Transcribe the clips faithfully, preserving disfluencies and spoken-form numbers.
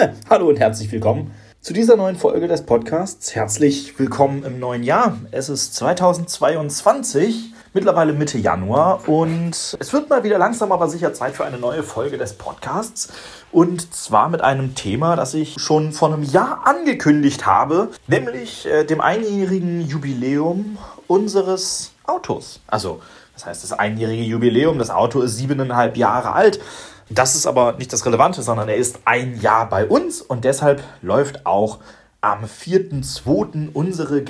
Hallo und herzlich willkommen zu dieser neuen Folge des Podcasts. Herzlich willkommen im neuen Jahr. Es ist zweitausendzweiundzwanzig, mittlerweile Mitte Januar und es wird mal wieder langsam aber sicher Zeit für eine neue Folge des Podcasts. Und zwar mit einem Thema, das ich schon vor einem Jahr angekündigt habe, nämlich äh, dem einjährigen Jubiläum unseres Autos. Also, das heißt das einjährige Jubiläum, das Auto ist siebeneinhalb Jahre alt. Das ist aber nicht das Relevante, sondern er ist ein Jahr bei uns und deshalb läuft auch am vierten zweiten unsere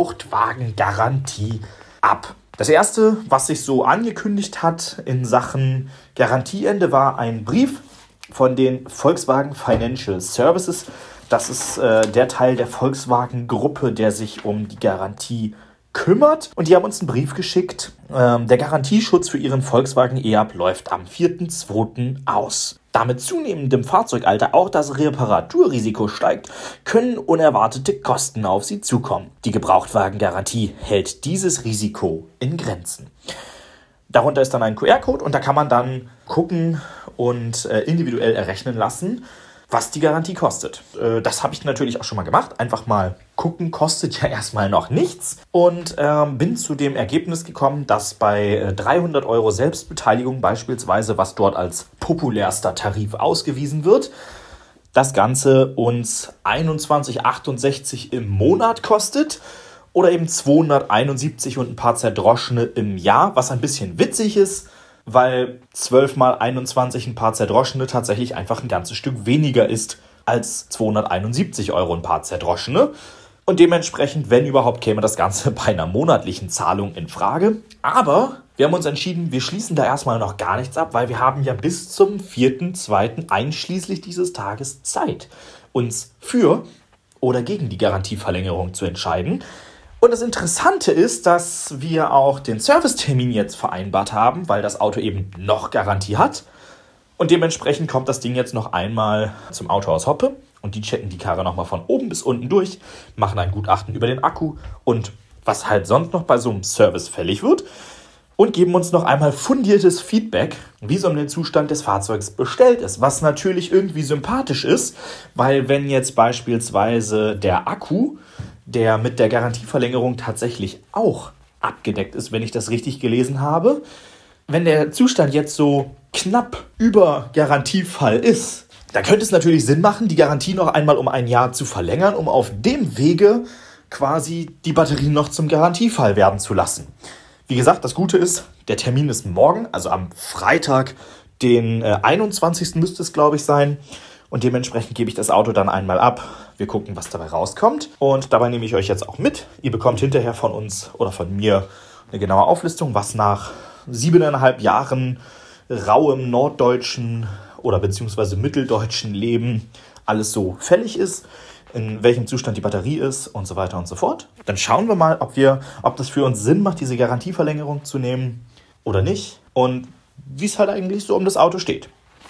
Gebrauchtwagengarantie ab. Das erste, was sich so angekündigt hat in Sachen Garantieende, war ein Brief von den Volkswagen Financial Services. Das ist äh, der Teil der Volkswagen-Gruppe, der sich um die Garantie kümmert. Und die haben uns einen Brief geschickt. Ähm, der Garantieschutz für ihren Volkswagen e-up läuft am vierten zweiten aus. Da mit zunehmendem Fahrzeugalter auch das Reparaturrisiko steigt, können unerwartete Kosten auf Sie zukommen. Die Gebrauchtwagengarantie hält dieses Risiko in Grenzen. Darunter ist dann ein Q R-Code und da kann man dann gucken und äh, individuell errechnen lassen, was die Garantie kostet. Äh, das habe ich natürlich auch schon mal gemacht. Einfach mal gucken, kostet ja erstmal noch nichts. Und ähm, bin zu dem Ergebnis gekommen, dass bei äh, dreihundert Euro Selbstbeteiligung beispielsweise, was dort als populärster Tarif ausgewiesen wird, das Ganze uns einundzwanzig Euro achtundsechzig im Monat kostet. Oder eben zweihunderteinundsiebzig und ein paar Zerdroschene im Jahr, was ein bisschen witzig ist, weil zwölf mal einundzwanzig ein paar Zerdroschene tatsächlich einfach ein ganzes Stück weniger ist als zweihunderteinundsiebzig Euro ein paar Zerdroschene. Und dementsprechend, wenn überhaupt, käme das Ganze bei einer monatlichen Zahlung in Frage. Aber wir haben uns entschieden, wir schließen da erstmal noch gar nichts ab, weil wir haben ja bis zum vierten zweiten einschließlich dieses Tages Zeit, uns für oder gegen die Garantieverlängerung zu entscheiden. Und das Interessante ist, dass wir auch den Servicetermin jetzt vereinbart haben, weil das Auto eben noch Garantie hat. Und dementsprechend kommt das Ding jetzt noch einmal zum Autohaus Hoppe und die checken die Karre nochmal von oben bis unten durch, machen ein Gutachten über den Akku und was halt sonst noch bei so einem Service fällig wird und geben uns noch einmal fundiertes Feedback, wie so um den Zustand des Fahrzeugs bestellt ist, was natürlich irgendwie sympathisch ist, weil wenn jetzt beispielsweise der Akku, der mit der Garantieverlängerung tatsächlich auch abgedeckt ist, wenn ich das richtig gelesen habe. Wenn der Zustand jetzt so knapp über Garantiefall ist, dann könnte es natürlich Sinn machen, die Garantie noch einmal um ein Jahr zu verlängern, um auf dem Wege quasi die Batterie noch zum Garantiefall werden zu lassen. Wie gesagt, das Gute ist, der Termin ist morgen, also am Freitag, den äh, einundzwanzigsten müsste es, glaube ich, sein. Und dementsprechend gebe ich das Auto dann einmal ab. Wir gucken, was dabei rauskommt. Und dabei nehme ich euch jetzt auch mit. Ihr bekommt hinterher von uns oder von mir eine genaue Auflistung, was nach siebeneinhalb Jahren rauem norddeutschen oder beziehungsweise mitteldeutschen Leben alles so fällig ist, in welchem Zustand die Batterie ist und so weiter und so fort. Dann schauen wir mal, ob wir, ob das für uns Sinn macht, diese Garantieverlängerung zu nehmen oder nicht. Und wie es halt eigentlich so um das Auto steht.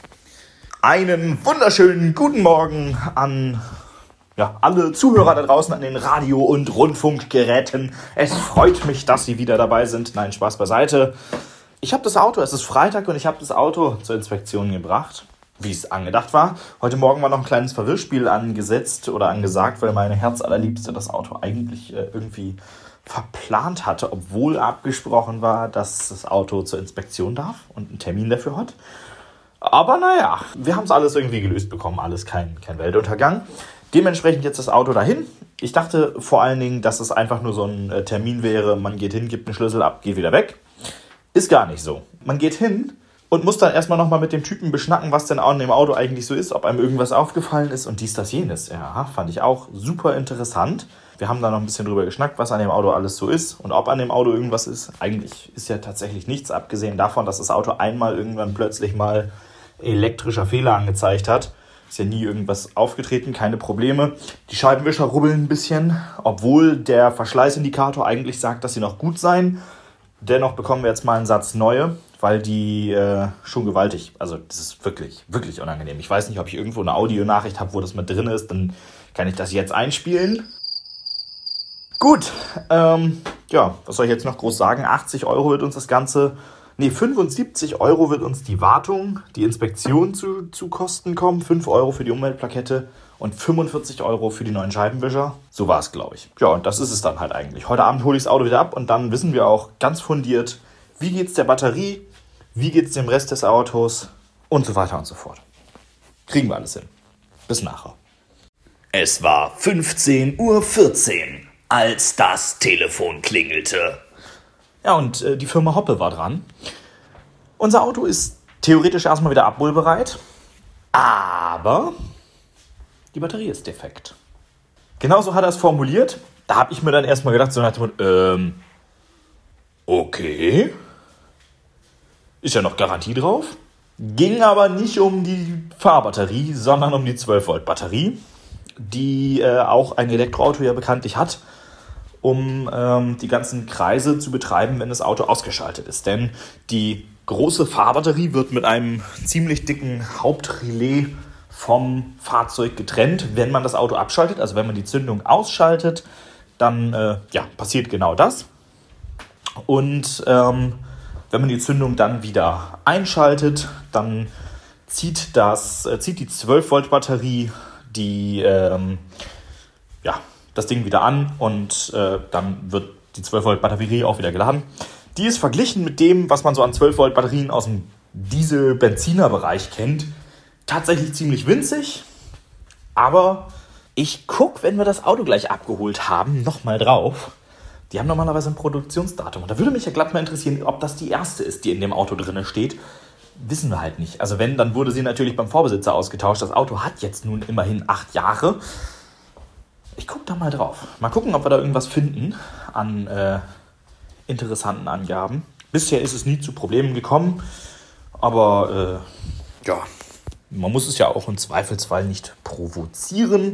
Einen wunderschönen guten Morgen an ja, alle Zuhörer da draußen an den Radio- und Rundfunkgeräten. Es freut mich, dass Sie wieder dabei sind. Nein, Spaß beiseite. Ich habe das Auto, es ist Freitag und ich habe das Auto zur Inspektion gebracht, wie es angedacht war. Heute Morgen war noch ein kleines Verwirrspiel angesetzt oder angesagt, weil meine Herzallerliebste das Auto eigentlich äh, irgendwie verplant hatte, obwohl abgesprochen war, dass das Auto zur Inspektion darf und einen Termin dafür hat. Aber naja, wir haben es alles irgendwie gelöst bekommen, alles kein, kein Weltuntergang. Dementsprechend jetzt das Auto dahin. Ich dachte vor allen Dingen, dass es einfach nur so ein äh, Termin wäre, man geht hin, gibt einen Schlüssel ab, geht wieder weg. Ist gar nicht so. Man geht hin und muss dann erstmal nochmal mit dem Typen beschnacken, was denn an dem Auto eigentlich so ist, ob einem irgendwas aufgefallen ist und dies, das, jenes. Ja, fand ich auch super interessant. Wir haben da noch ein bisschen drüber geschnackt, was an dem Auto alles so ist und ob an dem Auto irgendwas ist. Eigentlich ist ja tatsächlich nichts, abgesehen davon, dass das Auto einmal irgendwann plötzlich mal elektrischer Fehler angezeigt hat. Ist ja nie irgendwas aufgetreten, keine Probleme. Die Scheibenwischer rubbeln ein bisschen, obwohl der Verschleißindikator eigentlich sagt, dass sie noch gut seien. Dennoch bekommen wir jetzt mal einen Satz neue, weil die äh, schon gewaltig, also das ist wirklich, wirklich unangenehm. Ich weiß nicht, ob ich irgendwo eine Audionachricht habe, wo das mit drin ist, dann kann ich das jetzt einspielen. Gut, ähm, ja, was soll ich jetzt noch groß sagen? achtzig Euro wird uns das Ganze Nee, fünfundsiebzig Euro wird uns die Wartung, die Inspektion zu, zu Kosten kommen. fünf Euro für die Umweltplakette und fünfundvierzig Euro für die neuen Scheibenwischer. So war es, glaube ich. Ja, und das ist es dann halt eigentlich. Heute Abend hole ich das Auto wieder ab und dann wissen wir auch ganz fundiert, wie geht es der Batterie, wie geht es dem Rest des Autos und so weiter und so fort. Kriegen wir alles hin. Bis nachher. Es war fünfzehn Uhr vierzehn, als das Telefon klingelte. Ja, und äh, die Firma Hoppe war dran. Unser Auto ist theoretisch erstmal wieder abholbereit, aber die Batterie ist defekt. Genauso hat er es formuliert. Da habe ich mir dann erstmal gedacht, so nach dem Motto, ähm, okay, ist ja noch Garantie drauf. Ging aber nicht um die Fahrbatterie, sondern um die zwölf Volt Batterie, die äh, auch ein Elektroauto ja bekanntlich hat, um ähm, die ganzen Kreise zu betreiben, wenn das Auto ausgeschaltet ist. Denn die große Fahrbatterie wird mit einem ziemlich dicken Hauptrelais vom Fahrzeug getrennt, wenn man das Auto abschaltet. Also wenn man die Zündung ausschaltet, dann äh, ja, passiert genau das. Und ähm, wenn man die Zündung dann wieder einschaltet, dann zieht, das, äh, zieht die zwölf Volt Batterie die ähm, ja, das Ding wieder an und äh, dann wird die zwölf Volt Batterie auch wieder geladen. Die ist verglichen mit dem, was man so an zwölf Volt Batterien aus dem Diesel-Benziner-Bereich kennt, tatsächlich ziemlich winzig. Aber ich gucke, wenn wir das Auto gleich abgeholt haben, nochmal drauf. Die haben normalerweise ein Produktionsdatum. Und da würde mich ja glatt mal interessieren, ob das die erste ist, die in dem Auto drin steht. Wissen wir halt nicht. Also wenn, dann wurde sie natürlich beim Vorbesitzer ausgetauscht. Das Auto hat jetzt nun immerhin acht Jahre. Ich gucke da mal drauf. Mal gucken, ob wir da irgendwas finden an äh, interessanten Angaben. Bisher ist es nie zu Problemen gekommen. Aber äh, ja, man muss es ja auch im Zweifelsfall nicht provozieren.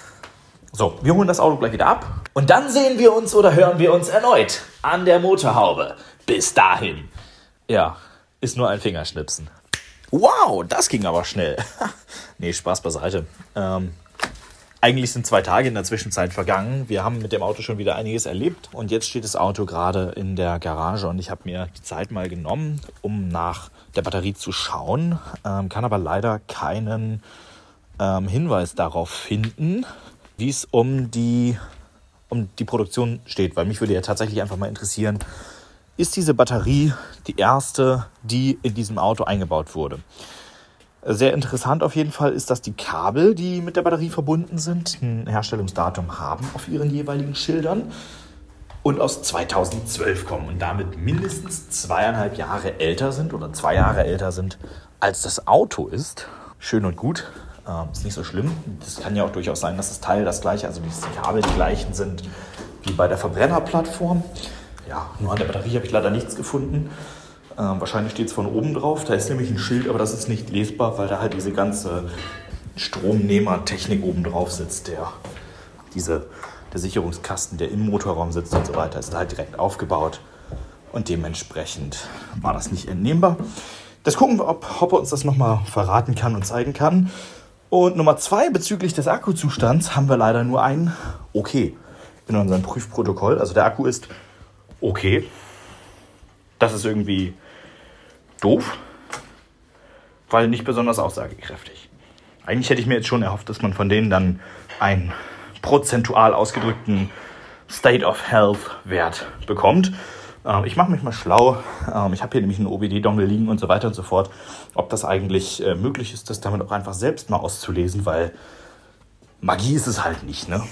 So, wir holen das Auto gleich wieder ab. Und dann sehen wir uns oder hören wir uns erneut an der Motorhaube. Bis dahin. Ja, ist nur ein Fingerschnipsen. Wow, das ging aber schnell. Nee, Spaß beiseite. Ähm, eigentlich sind zwei Tage in der Zwischenzeit vergangen. Wir haben mit dem Auto schon wieder einiges erlebt. Und jetzt steht das Auto gerade in der Garage. Und ich habe mir die Zeit mal genommen, um nach der Batterie zu schauen. Ähm, kann aber leider keinen ähm, Hinweis darauf finden, wie es um die, um die Produktion steht. Weil mich würde ja tatsächlich einfach mal interessieren, ist diese Batterie die erste, die in diesem Auto eingebaut wurde. Sehr interessant auf jeden Fall ist, dass die Kabel, die mit der Batterie verbunden sind, ein Herstellungsdatum haben auf ihren jeweiligen Schildern und aus zweitausendzwölf kommen und damit mindestens zweieinhalb Jahre älter sind oder zwei Jahre älter sind, als das Auto ist. Schön und gut. Ähm, ist nicht so schlimm. Das kann ja auch durchaus sein, dass das Teil das gleiche, also die Kabel die gleichen sind wie bei der Verbrennerplattform. Ja, nur an der Batterie habe ich leider nichts gefunden. Ähm, wahrscheinlich steht es von oben drauf. Da ist nämlich ein Schild, aber das ist nicht lesbar, weil da halt diese ganze Stromnehmertechnik oben drauf sitzt. Der, diese, der Sicherungskasten, der im Motorraum sitzt und so weiter, ist halt direkt aufgebaut. Und dementsprechend war das nicht entnehmbar. Das gucken wir, ob Hoppe uns das nochmal verraten kann und zeigen kann. Und Nummer zwei, bezüglich des Akkuzustands, haben wir leider nur ein Okay in unserem Prüfprotokoll. Also der Akku ist okay. Das ist irgendwie doof, weil nicht besonders aussagekräftig. Eigentlich hätte ich mir jetzt schon erhofft, dass man von denen dann einen prozentual ausgedrückten State of Health Wert bekommt. Ähm, ich mache mich mal schlau. Ähm, ich habe hier nämlich einen O B D-Dongle liegen und so weiter und so fort. Ob das eigentlich äh, möglich ist, das damit auch einfach selbst mal auszulesen, weil Magie ist es halt nicht, ne?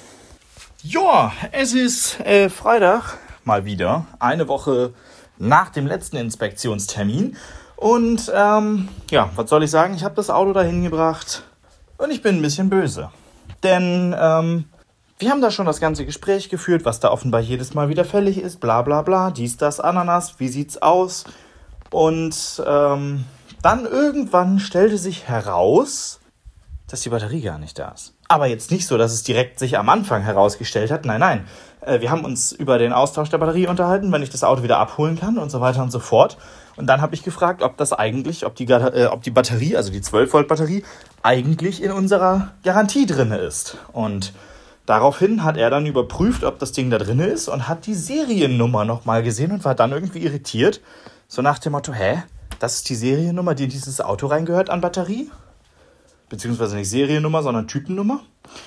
Ja, es ist äh, Freitag. Mal wieder. Eine Woche nach dem letzten Inspektionstermin. Und ähm, ja, was soll ich sagen? Ich habe das Auto dahin gebracht und ich bin ein bisschen böse. Denn ähm, wir haben da schon das ganze Gespräch geführt, was da offenbar jedes Mal wieder fällig ist. Bla bla bla, dies, das, Ananas, wie sieht's aus? Und ähm, dann irgendwann stellte sich heraus, dass die Batterie gar nicht da ist. Aber jetzt nicht so, dass es direkt sich am Anfang herausgestellt hat. Nein, nein. Wir haben uns über den Austausch der Batterie unterhalten, wenn ich das Auto wieder abholen kann und so weiter und so fort. Und dann habe ich gefragt, ob das eigentlich, ob die, äh, ob die Batterie, also die zwölf Volt Batterie, eigentlich in unserer Garantie drin ist. Und daraufhin hat er dann überprüft, ob das Ding da drin ist und hat die Seriennummer nochmal gesehen und war dann irgendwie irritiert, So nach dem Motto, hä, das ist die Seriennummer, die in dieses Auto reingehört an Batterie? Beziehungsweise nicht Seriennummer, sondern Typennummer.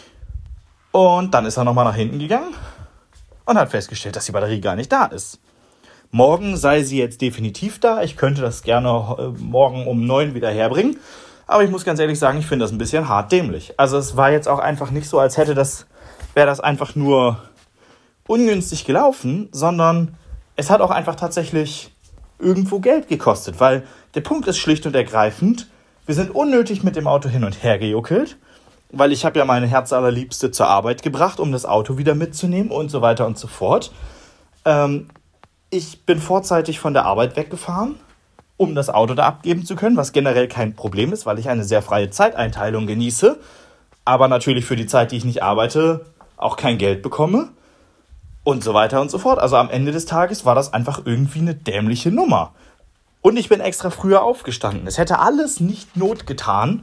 Und dann ist er nochmal nach hinten gegangen und hat festgestellt, dass die Batterie gar nicht da ist. Morgen sei sie jetzt definitiv da. Ich könnte das gerne morgen um neun wieder herbringen. Aber ich muss ganz ehrlich sagen, ich finde das ein bisschen hart dämlich. Also es war jetzt auch einfach nicht so, als hätte das, wäre das einfach nur ungünstig gelaufen, sondern es hat auch einfach tatsächlich irgendwo Geld gekostet. Weil der Punkt ist schlicht und ergreifend, wir sind unnötig mit dem Auto hin und her gejuckelt, weil ich habe ja meine Herzallerliebste zur Arbeit gebracht, um das Auto wieder mitzunehmen und so weiter und so fort. Ähm, ich bin vorzeitig von der Arbeit weggefahren, um das Auto da abgeben zu können, was generell kein Problem ist, weil ich eine sehr freie Zeiteinteilung genieße, aber natürlich für die Zeit, die ich nicht arbeite, auch kein Geld bekomme und so weiter und so fort. Also am Ende des Tages war das einfach irgendwie eine dämliche Nummer. Und ich bin extra früher aufgestanden. Es hätte alles nicht Not getan.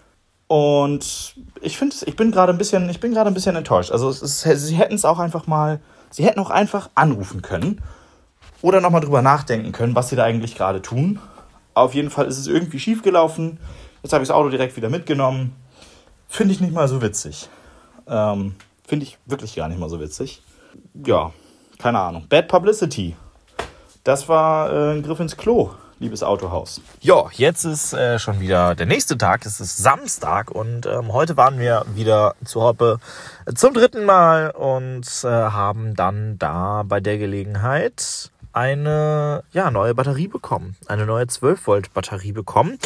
Und ich finde, ich bin gerade ein bisschen, ich bin gerade ein bisschen enttäuscht. Also es ist, sie hätten es auch einfach mal, sie hätten auch einfach anrufen können oder nochmal drüber nachdenken können, was sie da eigentlich gerade tun. Auf jeden Fall ist es irgendwie schief gelaufen. Jetzt habe ich das Auto direkt wieder mitgenommen. Finde ich nicht mal so witzig. Ähm, finde ich wirklich gar nicht mal so witzig. Ja, keine Ahnung. Bad Publicity. Das war äh, ein Griff ins Klo, liebes Autohaus. Ja, jetzt ist äh, schon wieder der nächste Tag. Es ist Samstag und ähm, heute waren wir wieder zu Hoppe zum dritten Mal und äh, haben dann da bei der Gelegenheit eine ja, neue Batterie bekommen. Eine neue zwölf Volt Batterie bekommen.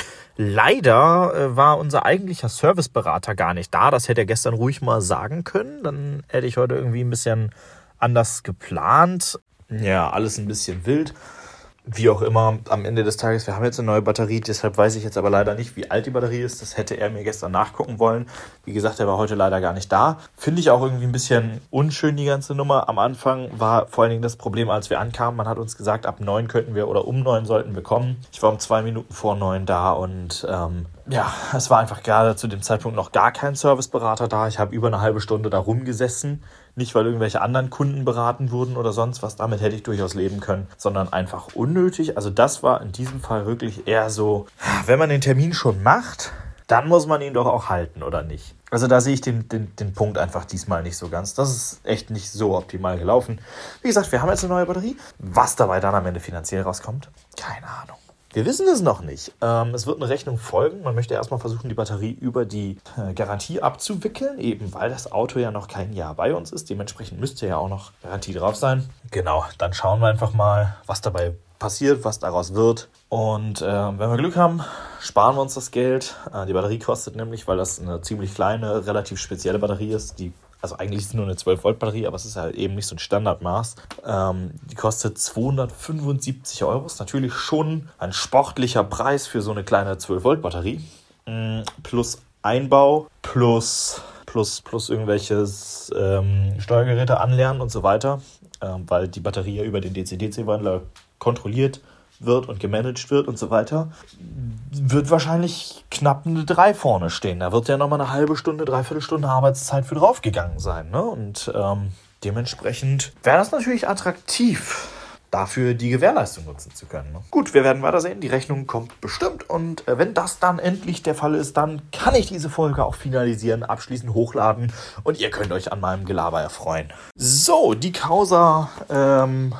Leider äh, war unser eigentlicher Serviceberater gar nicht da. Das hätte er gestern ruhig mal sagen können. Dann hätte ich heute irgendwie ein bisschen anders geplant. Ja, alles ein bisschen wild. Wie auch immer, am Ende des Tages, wir haben jetzt eine neue Batterie, deshalb weiß ich jetzt aber leider nicht, wie alt die Batterie ist. Das hätte er mir gestern nachgucken wollen. Wie gesagt, er war heute leider gar nicht da. Finde ich auch irgendwie ein bisschen unschön, die ganze Nummer. Am Anfang war vor allen Dingen das Problem, als wir ankamen. Man hat uns gesagt, ab neun könnten wir oder um neun sollten wir kommen. Ich war um zwei Minuten vor neun da und ähm, ja, es war einfach gerade zu dem Zeitpunkt noch gar kein Serviceberater da. Ich habe über eine halbe Stunde da rumgesessen. Nicht, weil irgendwelche anderen Kunden beraten wurden oder sonst was. Damit hätte ich durchaus leben können. Sondern einfach unnötig. Also das war in diesem Fall wirklich eher so, wenn man den Termin schon macht, dann muss man ihn doch auch halten, oder nicht? Also da sehe ich den, den, den Punkt einfach diesmal nicht so ganz. Das ist echt nicht so optimal gelaufen. Wie gesagt, wir haben jetzt eine neue Batterie. Was dabei dann am Ende finanziell rauskommt, keine Ahnung. Wir wissen es noch nicht. Ähm, es wird eine Rechnung folgen. Man möchte erstmal versuchen, die Batterie über die äh, Garantie abzuwickeln, eben weil das Auto ja noch kein Jahr bei uns ist. Dementsprechend müsste ja auch noch Garantie drauf sein. Genau, dann schauen wir einfach mal, was dabei passiert, was daraus wird. Und äh, wenn wir Glück haben, sparen wir uns das Geld. Äh, die Batterie kostet nämlich, weil das eine ziemlich kleine, relativ spezielle Batterie ist, die Also eigentlich ist es nur eine zwölf Volt Batterie, aber es ist halt eben nicht so ein Standardmaß. Ähm, die kostet zweihundertfünfundsiebzig Euro. Ist natürlich schon ein sportlicher Preis für so eine kleine zwölf Volt Batterie. Ähm, plus Einbau, plus, plus, plus irgendwelches ähm, Steuergeräte anlernen und so weiter. Ähm, weil die Batterie ja über den D C-D C-Wandler kontrolliert wird und gemanagt wird und so weiter, wird wahrscheinlich knapp eine drei vorne stehen. Da wird ja nochmal eine halbe Stunde, dreiviertel Stunde Arbeitszeit für draufgegangen sein. Ne? Und ähm, dementsprechend wäre das natürlich attraktiv, dafür die Gewährleistung nutzen zu können. Ne? Gut, wir werden weiter sehen. Die Rechnung kommt bestimmt. Und äh, wenn das dann endlich der Fall ist, dann kann ich diese Folge auch finalisieren, abschließend hochladen und ihr könnt euch an meinem Gelaber erfreuen. So, die Causa ähm,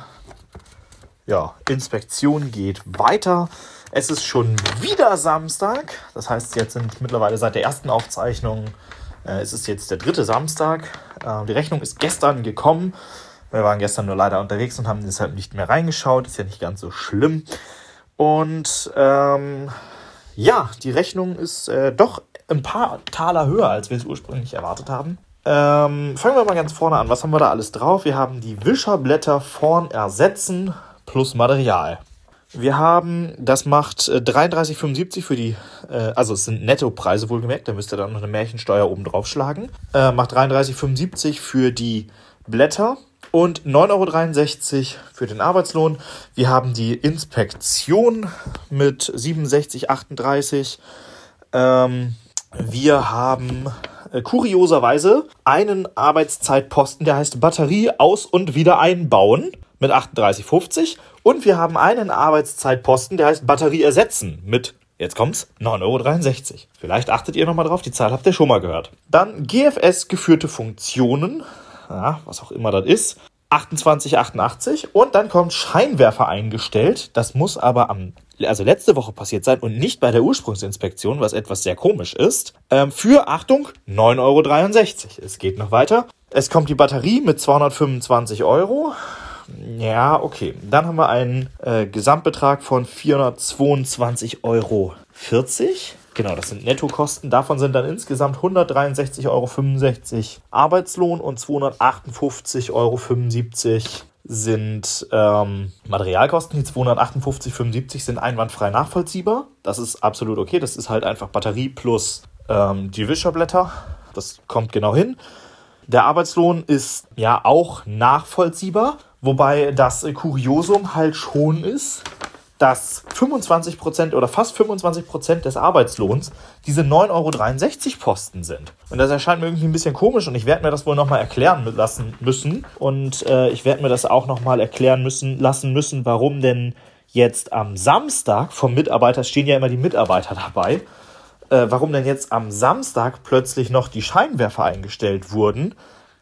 ja, Inspektion geht weiter. Es ist schon wieder Samstag. Das heißt, jetzt sind mittlerweile seit der ersten Aufzeichnung, äh, es ist jetzt der dritte Samstag. Äh, die Rechnung ist gestern gekommen. Wir waren gestern nur leider unterwegs und haben deshalb nicht mehr reingeschaut. Ist ja nicht ganz so schlimm. Und ähm, ja, die Rechnung ist äh, doch ein paar Taler höher, als wir es ursprünglich erwartet haben. Ähm, fangen wir mal ganz vorne an. Was haben wir da alles drauf? Wir haben die Wischerblätter vorn ersetzen plus Material. Wir haben, das macht äh, dreiunddreißig fünfundsiebzig für die, äh, also es sind Nettopreise wohlgemerkt, da müsst ihr dann noch eine Märchensteuer oben drauf schlagen. Äh, macht dreiunddreißig fünfundsiebzig für die Blätter und neun Euro dreiundsechzig für den Arbeitslohn. Wir haben die Inspektion mit siebenundsechzig achtunddreißig. Ähm, wir haben äh, kurioserweise einen Arbeitszeitposten, der heißt Batterie aus- und wieder einbauen. mit achtunddreißig fünfzig und wir haben einen Arbeitszeitposten, der heißt Batterie ersetzen mit, jetzt kommt's, neun Euro dreiundsechzig. Vielleicht achtet ihr nochmal drauf, die Zahl habt ihr schon mal gehört. Dann G F S-geführte Funktionen, ja, was auch immer das ist, achtundzwanzig achtundachtzig und dann kommt Scheinwerfer eingestellt. Das muss aber am, also letzte Woche passiert sein und nicht bei der Ursprungsinspektion, was etwas sehr komisch ist, ähm, für, Achtung, neun Euro dreiundsechzig. Es geht noch weiter. Es kommt die Batterie mit zweihundertfünfundzwanzig Euro. Ja, okay. Dann haben wir einen äh, Gesamtbetrag von vierhundertzweiundzwanzig Euro vierzig. Genau, das sind Nettokosten. Davon sind dann insgesamt hundertdreiundsechzig Euro fünfundsechzig Arbeitslohn und zweihundertachtundfünfzig Euro fünfundsiebzig sind ähm, Materialkosten. Die zweihundertachtundfünfzig Euro fünfundsiebzig sind einwandfrei nachvollziehbar. Das ist absolut okay. Das ist halt einfach Batterie plus ähm, die Wischerblätter. Das kommt genau hin. Der Arbeitslohn ist ja auch nachvollziehbar, wobei das Kuriosum halt schon ist, dass fünfundzwanzig Prozent oder fast fünfundzwanzig Prozent des Arbeitslohns diese neun Euro dreiundsechzig Posten sind. Und das erscheint mir irgendwie ein bisschen komisch und ich werde mir das wohl nochmal erklären lassen müssen. Und äh, ich werde mir das auch nochmal erklären müssen lassen müssen, warum denn jetzt am Samstag vom Mitarbeiter, stehen ja immer die Mitarbeiter dabei, äh, warum denn jetzt am Samstag plötzlich noch die Scheinwerfer eingestellt wurden,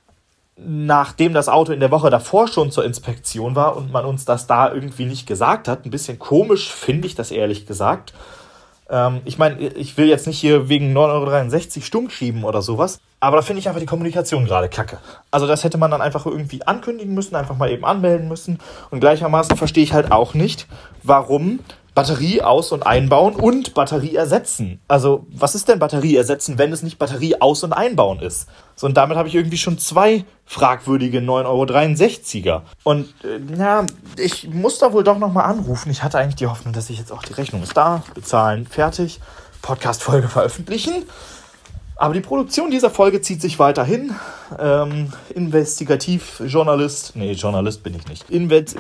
nachdem das Auto in der Woche davor schon zur Inspektion war und man uns das da irgendwie nicht gesagt hat. Ein bisschen komisch finde ich das ehrlich gesagt. Ähm, ich meine, ich will jetzt nicht hier wegen neun Euro dreiundsechzig stumm schieben oder sowas, aber da finde ich einfach die Kommunikation gerade kacke. Also das hätte man dann einfach irgendwie ankündigen müssen, einfach mal eben anmelden müssen. Und gleichermaßen verstehe ich halt auch nicht, warum Batterie aus- und einbauen und Batterie ersetzen. Also, was ist denn Batterie ersetzen, wenn es nicht Batterie aus- und einbauen ist? So, und damit habe ich irgendwie schon zwei fragwürdige neun Euro dreiundsechziger. Und, äh, ja, ich muss da wohl doch nochmal anrufen. Ich hatte eigentlich die Hoffnung, dass ich jetzt auch die Rechnung ist da, bezahlen, fertig, Podcast-Folge veröffentlichen. Aber die Produktion dieser Folge zieht sich weiterhin. Ähm, Investigativ-Journalist, nee, Journalist bin ich nicht. Inve-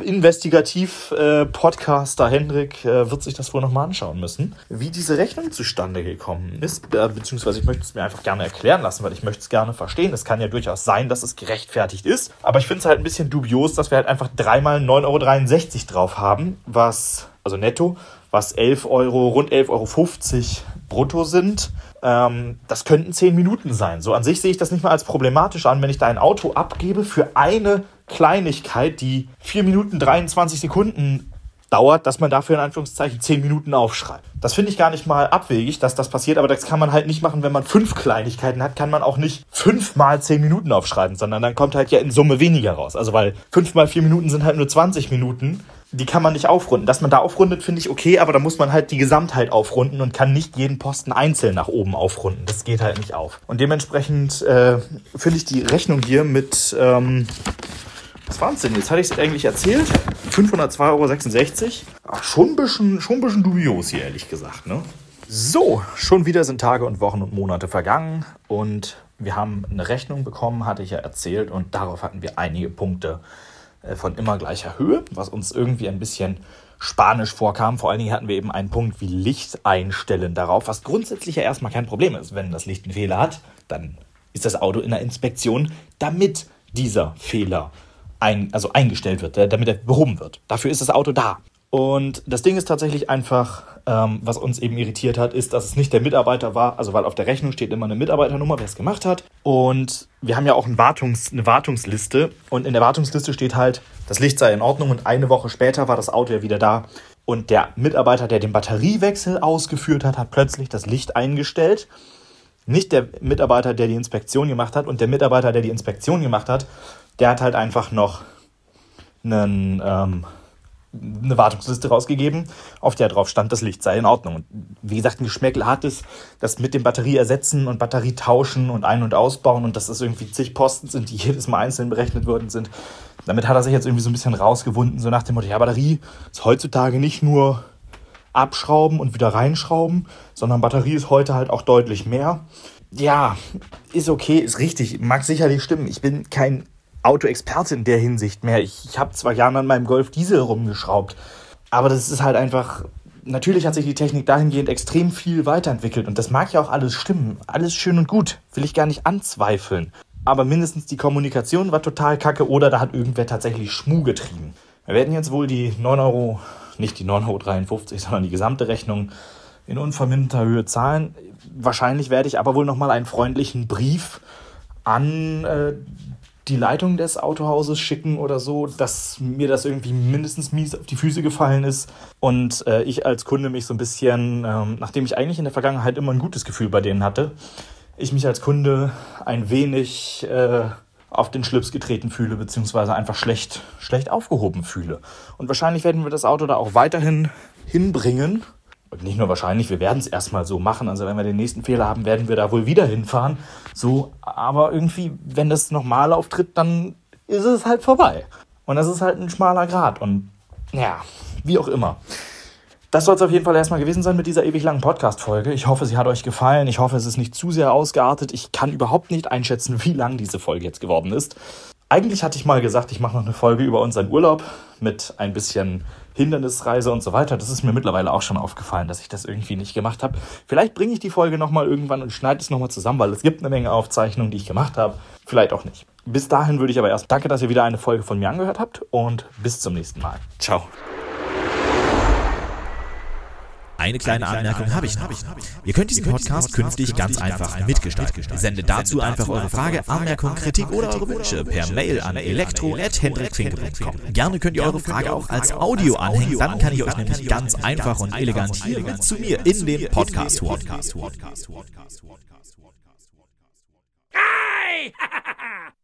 Investigativ-Podcaster äh, Hendrik äh, wird sich das wohl nochmal anschauen müssen, wie diese Rechnung zustande gekommen ist. Äh, beziehungsweise ich möchte es mir einfach gerne erklären lassen, weil ich möchte es gerne verstehen. Es kann ja durchaus sein, dass es gerechtfertigt ist. Aber ich finde es halt ein bisschen dubios, dass wir halt einfach dreimal neun Euro dreiundsechzig drauf haben, was, also netto, was elf Euro, rund elf Euro fünfzig brutto sind. Ähm, das könnten zehn Minuten sein. So an sich sehe ich das nicht mal als problematisch an, wenn ich da ein Auto abgebe für eine Kleinigkeit, die vier Minuten dreiundzwanzig Sekunden dauert, dass man dafür in Anführungszeichen zehn Minuten aufschreibt. Das finde ich gar nicht mal abwegig, dass das passiert, aber das kann man halt nicht machen, wenn man fünf Kleinigkeiten hat, kann man auch nicht fünfmal zehn Minuten aufschreiben, sondern dann kommt halt ja in Summe weniger raus. Also weil fünf mal vier Minuten sind halt nur zwanzig Minuten. Die kann man nicht aufrunden. Dass man da aufrundet, finde ich okay, aber da muss man halt die Gesamtheit aufrunden und kann nicht jeden Posten einzeln nach oben aufrunden. Das geht halt nicht auf. Und dementsprechend äh, finde ich die Rechnung hier mit, ähm, was war es denn? Jetzt hatte ich es eigentlich erzählt. fünfhundertzwei Euro sechsundsechzig. Ach, schon ein bisschen, schon ein bisschen dubios hier, ehrlich gesagt, ne? So, schon wieder sind Tage und Wochen und Monate vergangen und wir haben eine Rechnung bekommen, hatte ich ja erzählt, und darauf hatten wir einige Punkte von immer gleicher Höhe, was uns irgendwie ein bisschen spanisch vorkam. Vor allen Dingen hatten wir eben einen Punkt wie Licht einstellen darauf, was grundsätzlich ja erstmal kein Problem ist. Wenn das Licht einen Fehler hat, dann ist das Auto in der Inspektion, damit dieser Fehler ein, also eingestellt wird, damit er behoben wird. Dafür ist das Auto da. Und das Ding ist tatsächlich einfach, ähm, was uns eben irritiert hat, ist, dass es nicht der Mitarbeiter war, also weil auf der Rechnung steht immer eine Mitarbeiternummer, wer es gemacht hat. Und wir haben ja auch ein Wartungs-, eine Wartungsliste, und in der Wartungsliste steht halt, das Licht sei in Ordnung, und eine Woche später war das Auto ja wieder da. Und der Mitarbeiter, der den Batteriewechsel ausgeführt hat, hat plötzlich das Licht eingestellt. Nicht der Mitarbeiter, der die Inspektion gemacht hat, und der Mitarbeiter, der die Inspektion gemacht hat, der hat halt einfach noch einen... Ähm, eine Wartungsliste rausgegeben, auf der drauf stand, das Licht sei in Ordnung. Und wie gesagt, ein Geschmäckle hat es, das mit dem Batterie ersetzen und Batterie tauschen und ein- und ausbauen, und dass das irgendwie zig Posten sind, die jedes Mal einzeln berechnet worden sind. Damit hat er sich jetzt irgendwie so ein bisschen rausgewunden, so nach dem Motto, ja, Batterie ist heutzutage nicht nur abschrauben und wieder reinschrauben, sondern Batterie ist heute halt auch deutlich mehr. Ja, ist okay, ist richtig, mag sicherlich stimmen. Ich bin kein Autoexperte in der Hinsicht mehr. Ich, ich habe zwar gerne an meinem Golf Diesel rumgeschraubt, aber das ist halt einfach, natürlich hat sich die Technik dahingehend extrem viel weiterentwickelt, und das mag ja auch alles stimmen. Alles schön und gut, will ich gar nicht anzweifeln. Aber mindestens die Kommunikation war total kacke, oder da hat irgendwer tatsächlich Schmuh getrieben. Wir werden jetzt wohl die neun Euro, nicht die neun Euro dreiundfünfzig, sondern die gesamte Rechnung in unverminderter Höhe zahlen. Wahrscheinlich werde ich aber wohl nochmal einen freundlichen Brief an äh, die Leitung des Autohauses schicken oder so, dass mir das irgendwie mindestens mies auf die Füße gefallen ist und äh, ich als Kunde mich so ein bisschen, ähm, nachdem ich eigentlich in der Vergangenheit immer ein gutes Gefühl bei denen hatte, ich mich als Kunde ein wenig äh, auf den Schlips getreten fühle, beziehungsweise einfach schlecht, schlecht aufgehoben fühle. Und wahrscheinlich werden wir das Auto da auch weiterhin hinbringen. Und nicht nur wahrscheinlich, wir werden es erstmal so machen. Also wenn wir den nächsten Fehler haben, werden wir da wohl wieder hinfahren. So, aber irgendwie, wenn das nochmal auftritt, dann ist es halt vorbei. Und das ist halt ein schmaler Grat. Und ja, wie auch immer. Das soll es auf jeden Fall erstmal gewesen sein mit dieser ewig langen Podcast-Folge. Ich hoffe, sie hat euch gefallen. Ich hoffe, es ist nicht zu sehr ausgeartet. Ich kann überhaupt nicht einschätzen, wie lang diese Folge jetzt geworden ist. Eigentlich hatte ich mal gesagt, ich mache noch eine Folge über unseren Urlaub mit ein bisschen Hindernisreise und so weiter. Das ist mir mittlerweile auch schon aufgefallen, dass ich das irgendwie nicht gemacht habe. Vielleicht bringe ich die Folge nochmal irgendwann und schneide es nochmal zusammen, weil es gibt eine Menge Aufzeichnungen, die ich gemacht habe. Vielleicht auch nicht. Bis dahin würde ich aber erst danke, dass ihr wieder eine Folge von mir angehört habt und bis zum nächsten Mal. Ciao. Eine kleine Anmerkung habe ich noch. Ihr kkönnt diesen Podcast künftig ganz einfach mitgestalten. Sendet dazu einfach eure Frage, Anmerkung, Kritik oder eure Wünsche per Mail an elektro at hendrikfinke punkt com. Gerne könnt ihr eure Frage auch als Audio anhängen, dann kann ich euch nämlich ganz einfach und elegant hier mit zu mir in den Podcast holen. Hey!